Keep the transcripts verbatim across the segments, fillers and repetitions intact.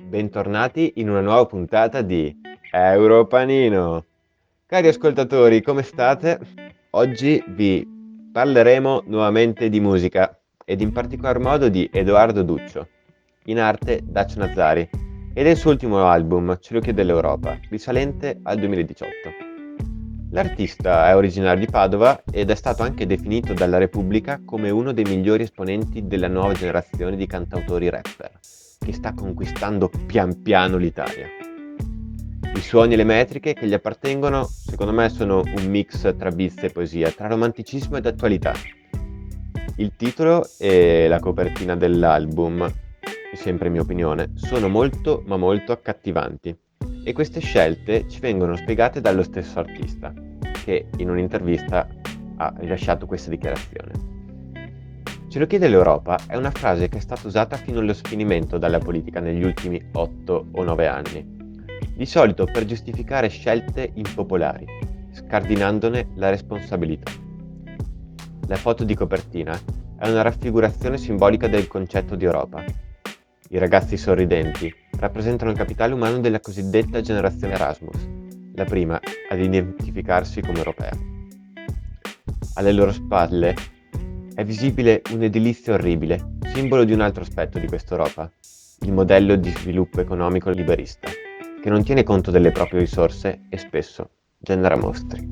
Bentornati in una nuova puntata di Europanino. Cari ascoltatori, come state? Oggi vi parleremo nuovamente di musica ed in particolar modo di Edoardo Duccio, in arte Dacio Nazzari, e del suo ultimo album Ce lo chiede l'Europa, risalente al duemiladiciotto. L'artista è originario di Padova ed è stato anche definito dalla Repubblica come uno dei migliori esponenti della nuova generazione di cantautori rapper, che sta conquistando pian piano l'Italia. I suoni e le metriche che gli appartengono, secondo me, sono un mix tra beats e poesia, tra romanticismo ed attualità. Il titolo e la copertina dell'album, sempre mia opinione, sono molto ma molto accattivanti. E queste scelte ci vengono spiegate dallo stesso artista, che in un'intervista ha rilasciato questa dichiarazione. Ce lo chiede l'Europa è una frase che è stata usata fino allo sfinimento dalla politica negli ultimi otto o nove anni, di solito per giustificare scelte impopolari, scardinandone la responsabilità. La foto di copertina è una raffigurazione simbolica del concetto di Europa. I ragazzi sorridenti rappresentano il capitale umano della cosiddetta generazione Erasmus, la prima ad identificarsi come europea. Alle loro spalle è visibile un'edilizia orribile, simbolo di un altro aspetto di questa Europa, il modello di sviluppo economico liberista, che non tiene conto delle proprie risorse e spesso genera mostri.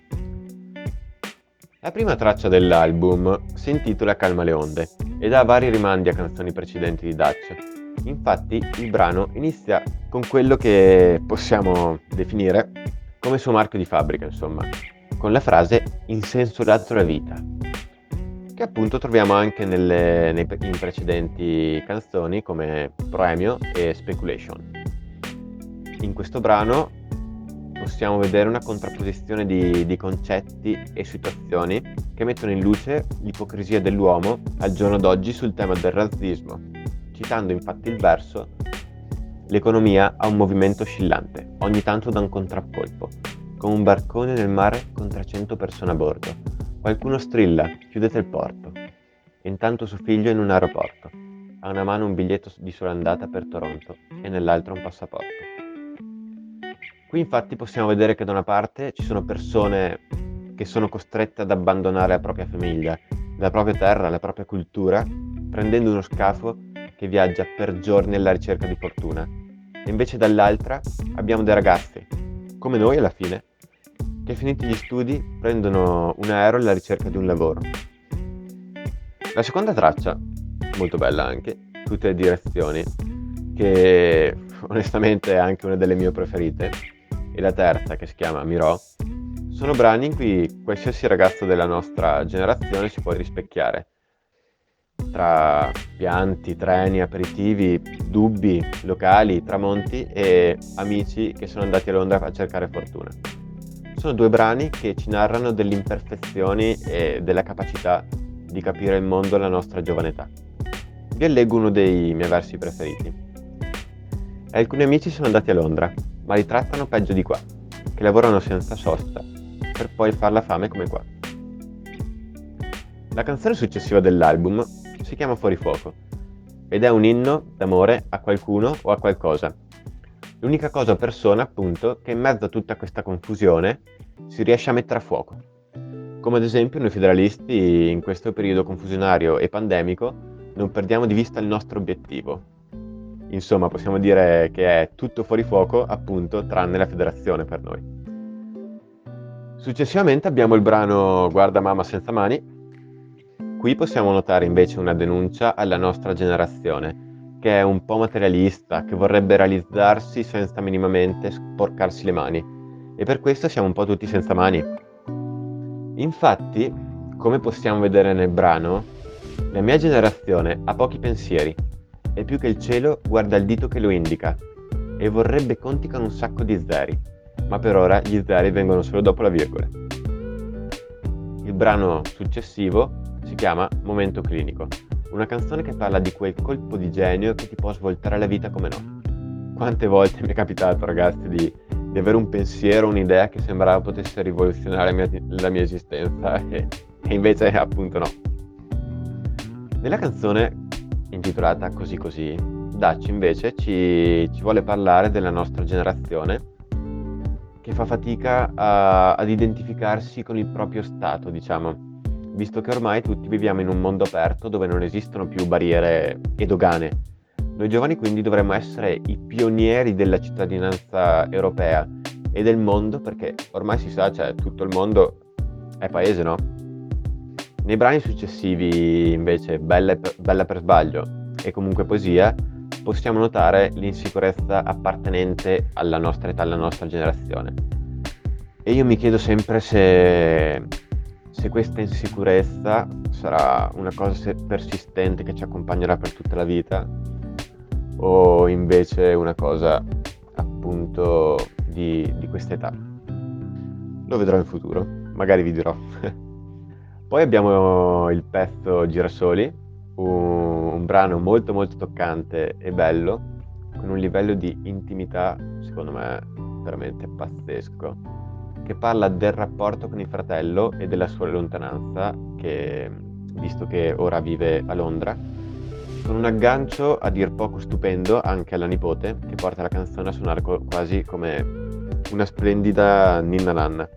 La prima traccia dell'album si intitola Calma le onde ed ha vari rimandi a canzoni precedenti di Dutch. Infatti il brano inizia con quello che possiamo definire come suo marchio di fabbrica, insomma, con la frase "in senso dato la vita", che appunto troviamo anche nelle, nei, in precedenti canzoni come Premio e Speculation. In questo brano possiamo vedere una contrapposizione di, di concetti e situazioni che mettono in luce l'ipocrisia dell'uomo al giorno d'oggi sul tema del razzismo, citando infatti il verso "l'economia ha un movimento oscillante, ogni tanto da un contraccolpo, come un barcone nel mare con trecento persone a bordo. Qualcuno strilla, chiudete il porto. E intanto suo figlio è in un aeroporto. Ha una mano un biglietto di sola andata per Toronto e nell'altra un passaporto". Qui infatti possiamo vedere che da una parte ci sono persone che sono costrette ad abbandonare la propria famiglia, la propria terra, la propria cultura, prendendo uno scafo che viaggia per giorni alla ricerca di fortuna. E invece dall'altra abbiamo dei ragazzi, come noi alla fine, che finiti gli studi prendono un aereo alla ricerca di un lavoro. La seconda traccia, molto bella anche, tutte le direzioni, che onestamente è anche una delle mie preferite, e la terza, che si chiama Mirò, sono brani in cui qualsiasi ragazzo della nostra generazione si può rispecchiare. Tra pianti, treni, aperitivi, dubbi, locali, tramonti e amici che sono andati a Londra a cercare fortuna. Sono due brani che ci narrano delle imperfezioni e della capacità di capire il mondo alla nostra giovane età. Vi leggo uno dei miei versi preferiti. Alcuni amici sono andati a Londra, ma li trattano peggio di qua, che lavorano senza sosta per poi far la fame come qua. La canzone successiva dell'album si chiama Fuori Fuoco ed è un inno d'amore a qualcuno o a qualcosa. L'unica cosa o persona, appunto, che in mezzo a tutta questa confusione si riesce a mettere a fuoco. Come ad esempio noi federalisti in questo periodo confusionario e pandemico non perdiamo di vista il nostro obiettivo. Insomma, possiamo dire che è tutto fuori fuoco, appunto, tranne la federazione per noi. Successivamente abbiamo il brano Guarda mamma senza mani. Qui possiamo notare invece una denuncia alla nostra generazione, che è un po' materialista, che vorrebbe realizzarsi senza minimamente sporcarsi le mani. E per questo siamo un po' tutti senza mani. Infatti, come possiamo vedere nel brano, la mia generazione ha pochi pensieri. E più che il cielo guarda il dito che lo indica e vorrebbe conti con un sacco di zeri, ma per ora gli zeri vengono solo dopo la virgola. Il brano successivo si chiama Momento clinico, una canzone che parla di quel colpo di genio che ti può svoltare la vita come no. Quante volte mi è capitato, ragazzi, di, di avere un pensiero, un'idea che sembrava potesse rivoluzionare la mia, la mia esistenza e, e invece appunto no. Nella canzone intitolata Così Così, Dutch invece ci, ci vuole parlare della nostra generazione che fa fatica a- ad identificarsi con il proprio stato, diciamo, visto che ormai tutti viviamo in un mondo aperto dove non esistono più barriere e dogane. Noi giovani quindi dovremmo essere i pionieri della cittadinanza europea e del mondo, perché ormai si sa, cioè tutto il mondo è paese, no? Nei brani successivi, invece, Bella, e per- Bella per sbaglio e comunque Poesia, possiamo notare l'insicurezza appartenente alla nostra età, alla nostra generazione. E io mi chiedo sempre se, se questa insicurezza sarà una cosa se- persistente che ci accompagnerà per tutta la vita o invece una cosa appunto di, di questa età. Lo vedrò in futuro, magari vi dirò. Poi abbiamo il pezzo Girasoli, un, un brano molto molto toccante e bello, con un livello di intimità, secondo me, veramente pazzesco, che parla del rapporto con il fratello e della sua lontananza, che, visto che ora vive a Londra, con un aggancio a dir poco stupendo anche alla nipote, che porta la canzone a suonare co- quasi come una splendida ninna nanna.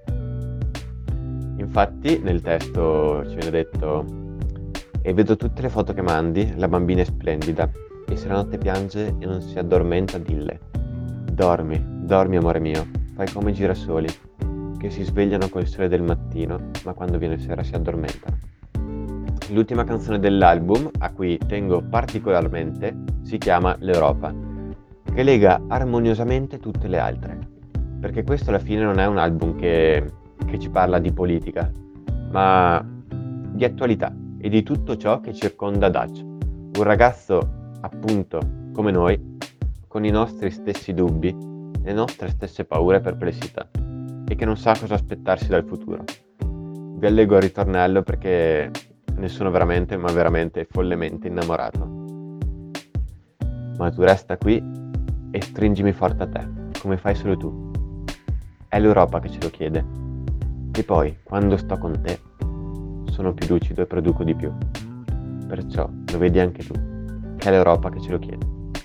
Infatti nel testo ci viene detto: e vedo tutte le foto che mandi, la bambina è splendida, e se la notte piange e non si addormenta, dille: dormi, dormi amore mio, fai come i girasoli, che si svegliano col sole del mattino, ma quando viene sera si addormentano. L'ultima canzone dell'album, a cui tengo particolarmente, si chiama L'Europa, che lega armoniosamente tutte le altre, perché questo alla fine non è un album che che ci parla di politica, ma di attualità e di tutto ciò che circonda Dutch, un ragazzo appunto come noi, con i nostri stessi dubbi, le nostre stesse paure e perplessità, e che non sa cosa aspettarsi dal futuro. Vi allego il ritornello perché ne sono veramente, ma veramente follemente innamorato. Ma tu resta qui e stringimi forte a te, come fai solo tu. È l'Europa che ce lo chiede. E poi, quando sto con te, sono più lucido e produco di più. Perciò lo vedi anche tu, che è l'Europa che ce lo chiede.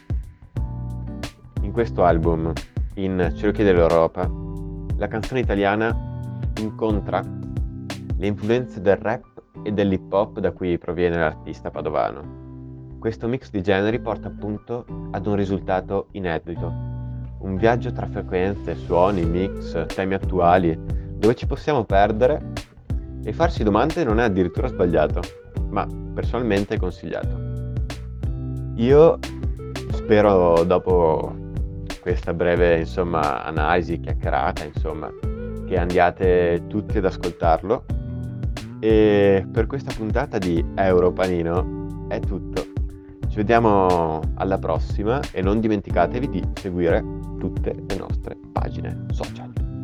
In questo album, in Ce lo chiede l'Europa, la canzone italiana incontra le influenze del rap e dell'hip hop da cui proviene l'artista padovano. Questo mix di generi porta appunto ad un risultato inedito, un viaggio tra frequenze, suoni, mix, temi attuali, dove ci possiamo perdere e farsi domande non è addirittura sbagliato, ma personalmente è consigliato. Io spero dopo questa breve insomma analisi, chiacchierata, insomma, che andiate tutti ad ascoltarlo, e per questa puntata di Europanino è tutto. Ci vediamo alla prossima e non dimenticatevi di seguire tutte le nostre pagine social.